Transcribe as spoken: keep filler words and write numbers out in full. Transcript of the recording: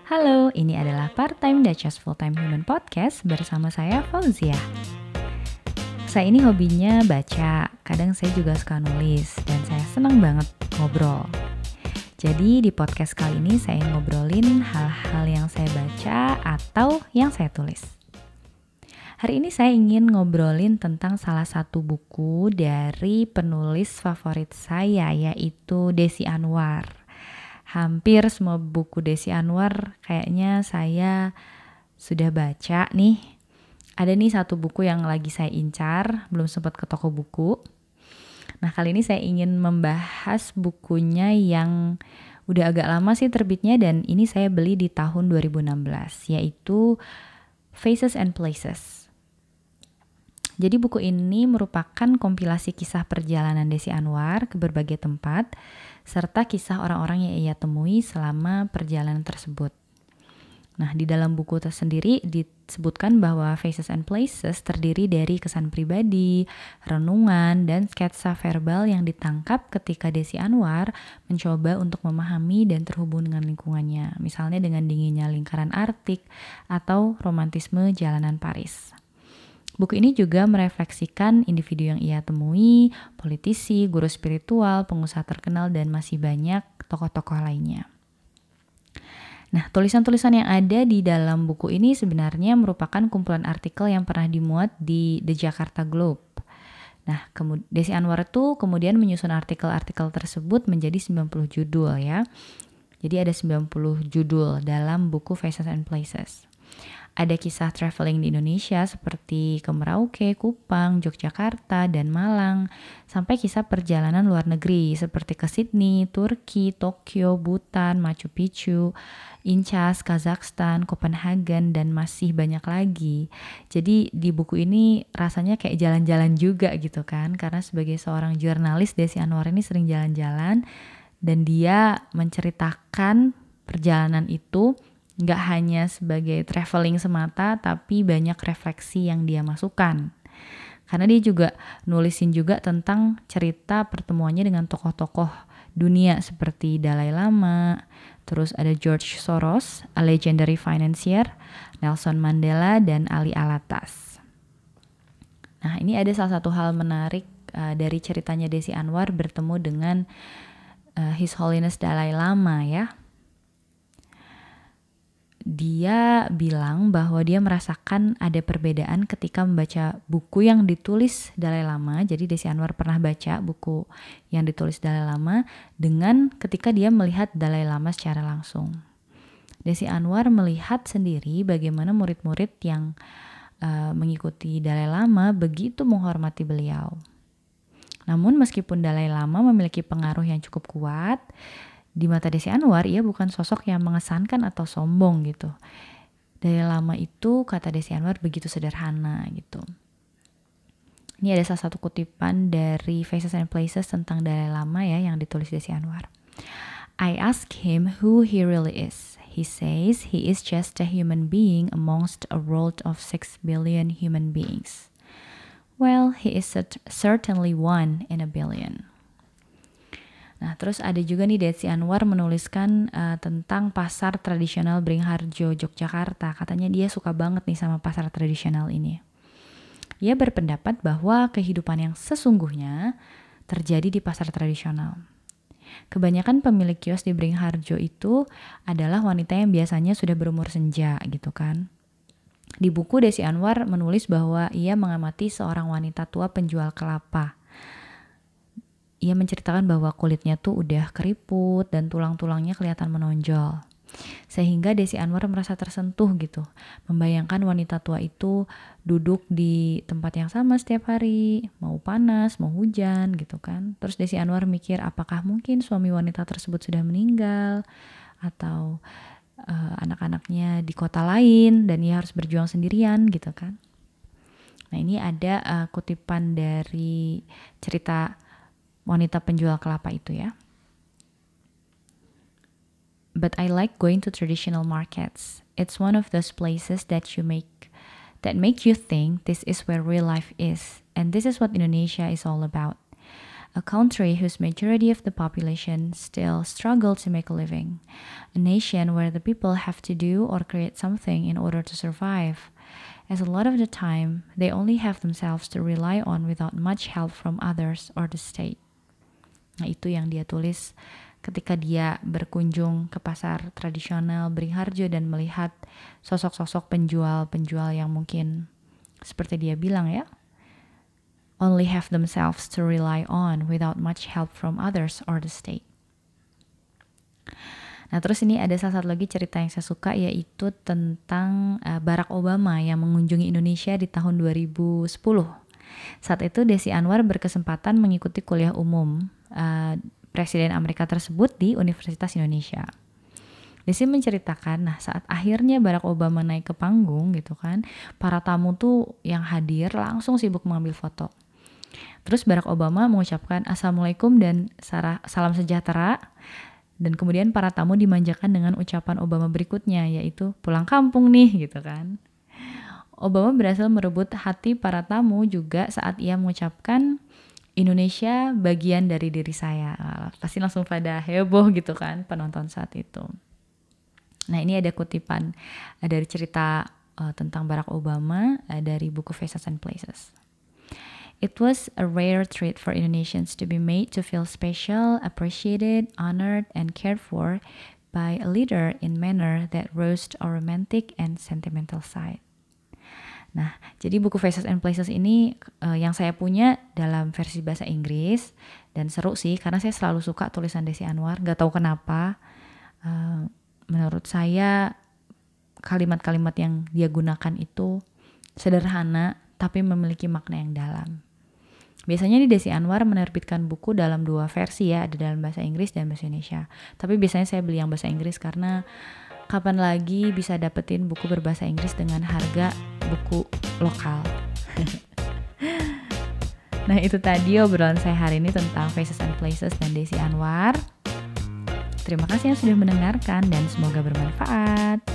Halo, ini adalah Part-Time Duchess Full-Time Human Podcast bersama saya Fauzia. Saya ini hobinya baca, kadang saya juga suka nulis, dan saya senang banget ngobrol. Jadi di podcast kali ini saya ngobrolin hal-hal yang saya baca atau yang saya tulis. Hari ini saya ingin ngobrolin tentang salah satu buku dari penulis favorit saya, yaitu Desi Anwar. Hampir semua buku Desi Anwar kayaknya saya sudah baca nih. Ada nih satu buku yang lagi saya incar, belum sempat ke toko buku. Nah, kali ini saya ingin membahas bukunya yang udah agak lama sih terbitnya dan ini saya beli di tahun dua ribu enam belas, yaitu Faces and Places. Jadi buku ini merupakan kompilasi kisah perjalanan Desi Anwar ke berbagai tempat, serta kisah orang-orang yang ia temui selama perjalanan tersebut. Nah, di dalam buku tersendiri disebutkan bahwa Faces and Places terdiri dari kesan pribadi, renungan, dan sketsa verbal yang ditangkap ketika Desi Anwar mencoba untuk memahami dan terhubung dengan lingkungannya, misalnya dengan dinginnya lingkaran Arktik atau romantisme jalanan Paris. Buku ini juga merefleksikan individu yang ia temui, politisi, guru spiritual, pengusaha terkenal, dan masih banyak tokoh-tokoh lainnya. Nah, tulisan-tulisan yang ada di dalam buku ini sebenarnya merupakan kumpulan artikel yang pernah dimuat di The Jakarta Globe. Nah, kemud- Desi Anwar itu kemudian menyusun artikel-artikel tersebut menjadi sembilan puluh judul ya. Jadi ada sembilan puluh judul dalam buku Faces and Places. Ada kisah traveling di Indonesia seperti ke Merauke, Kupang, Yogyakarta, dan Malang, sampai kisah perjalanan luar negeri seperti ke Sydney, Turki, Tokyo, Bhutan, Machu Picchu, Inchas, Kazakhstan, Copenhagen, dan masih banyak lagi. Jadi di buku ini rasanya kayak jalan-jalan juga gitu kan, karena sebagai seorang jurnalis Desi Anwar ini sering jalan-jalan dan dia menceritakan perjalanan itu nggak hanya sebagai traveling semata, tapi banyak refleksi yang dia masukkan. Karena dia juga nulisin juga tentang cerita pertemuannya dengan tokoh-tokoh dunia seperti Dalai Lama, terus ada George Soros, a legendary financier, Nelson Mandela, dan Ali Alatas. Nah, ini ada salah satu hal menarik uh, dari ceritanya Desi Anwar bertemu dengan uh, His Holiness Dalai Lama ya. Dia bilang bahwa dia merasakan ada perbedaan ketika membaca buku yang ditulis Dalai Lama. Jadi Desi Anwar pernah baca buku yang ditulis Dalai Lama dengan ketika dia melihat Dalai Lama secara langsung. Desi Anwar melihat sendiri bagaimana murid-murid yang uh, mengikuti Dalai Lama begitu menghormati beliau. Namun meskipun Dalai Lama memiliki pengaruh yang cukup kuat, di mata Desi Anwar, ia bukan sosok yang mengesankan atau sombong gitu. Dalai Lama itu, kata Desi Anwar, begitu sederhana gitu. Ini ada salah satu kutipan dari Faces and Places tentang Dalai Lama ya, yang ditulis Desi Anwar. I ask him who he really is. He says he is just a human being amongst a world of six billion human beings. Well, he is cert- certainly one in a billion. Nah, terus ada juga nih Desi Anwar menuliskan uh, tentang pasar tradisional Beringharjo, Yogyakarta. Katanya dia suka banget nih sama pasar tradisional ini. Ia berpendapat bahwa kehidupan yang sesungguhnya terjadi di pasar tradisional. Kebanyakan pemilik kios di Beringharjo itu adalah wanita yang biasanya sudah berumur senja gitu kan. Di buku Desi Anwar menulis bahwa ia mengamati seorang wanita tua penjual kelapa. Ia menceritakan bahwa kulitnya tuh udah keriput dan tulang-tulangnya kelihatan menonjol. Sehingga Desi Anwar merasa tersentuh gitu. Membayangkan wanita tua itu duduk di tempat yang sama setiap hari, mau panas, mau hujan gitu kan. Terus Desi Anwar mikir apakah mungkin suami wanita tersebut sudah meninggal atau uh, anak-anaknya di kota lain dan ia harus berjuang sendirian gitu kan. Nah, ini ada uh, kutipan dari cerita wanita penjual kelapa itu ya. But I like going to traditional markets. It's one of those places that you make that make you think this is where real life is, and this is what Indonesia is all about. A country whose majority of the population still struggle to make a living. A nation where the people have to do or create something in order to survive. As a lot of the time, they only have themselves to rely on without much help from others or the state. Nah, itu yang dia tulis ketika dia berkunjung ke pasar tradisional Beringharjo dan melihat sosok-sosok penjual-penjual yang mungkin seperti dia bilang ya, only have themselves to rely on without much help from others or the state. Nah, terus ini ada salah satu lagi cerita yang saya suka, yaitu tentang uh, Barack Obama yang mengunjungi Indonesia di tahun dua ribu sepuluh. Saat itu Desi Anwar berkesempatan mengikuti kuliah umum uh, Presiden Amerika tersebut di Universitas Indonesia. Desi menceritakan, nah saat akhirnya Barack Obama naik ke panggung gitu kan, para tamu tuh yang hadir langsung sibuk mengambil foto. Terus Barack Obama mengucapkan Assalamualaikum dan sarah, salam sejahtera. Dan kemudian para tamu dimanjakan dengan ucapan Obama berikutnya, yaitu pulang kampung nih gitu kan. Obama berhasil merebut hati para tamu juga saat ia mengucapkan Indonesia bagian dari diri saya. Pasti langsung pada heboh gitu kan penonton saat itu. Nah, ini ada kutipan dari cerita uh, tentang Barack Obama uh, dari buku Faces and Places. It was a rare treat for Indonesians to be made to feel special, appreciated, honored, and cared for by a leader in manner that roused our romantic and sentimental side. Nah, jadi buku Faces and Places ini uh, yang saya punya dalam versi bahasa Inggris, dan seru sih karena saya selalu suka tulisan Desi Anwar, gak tahu kenapa. Uh, menurut saya kalimat-kalimat yang dia gunakan itu sederhana tapi memiliki makna yang dalam. Biasanya nih Desi Anwar menerbitkan buku dalam dua versi ya, ada dalam bahasa Inggris dan bahasa Indonesia. Tapi biasanya saya beli yang bahasa Inggris karena kapan lagi bisa dapetin buku berbahasa Inggris dengan harga buku lokal. Nah, itu tadi obrolan saya hari ini tentang Faces and Places dan Desi Anwar. Terima kasih yang sudah mendengarkan dan semoga bermanfaat.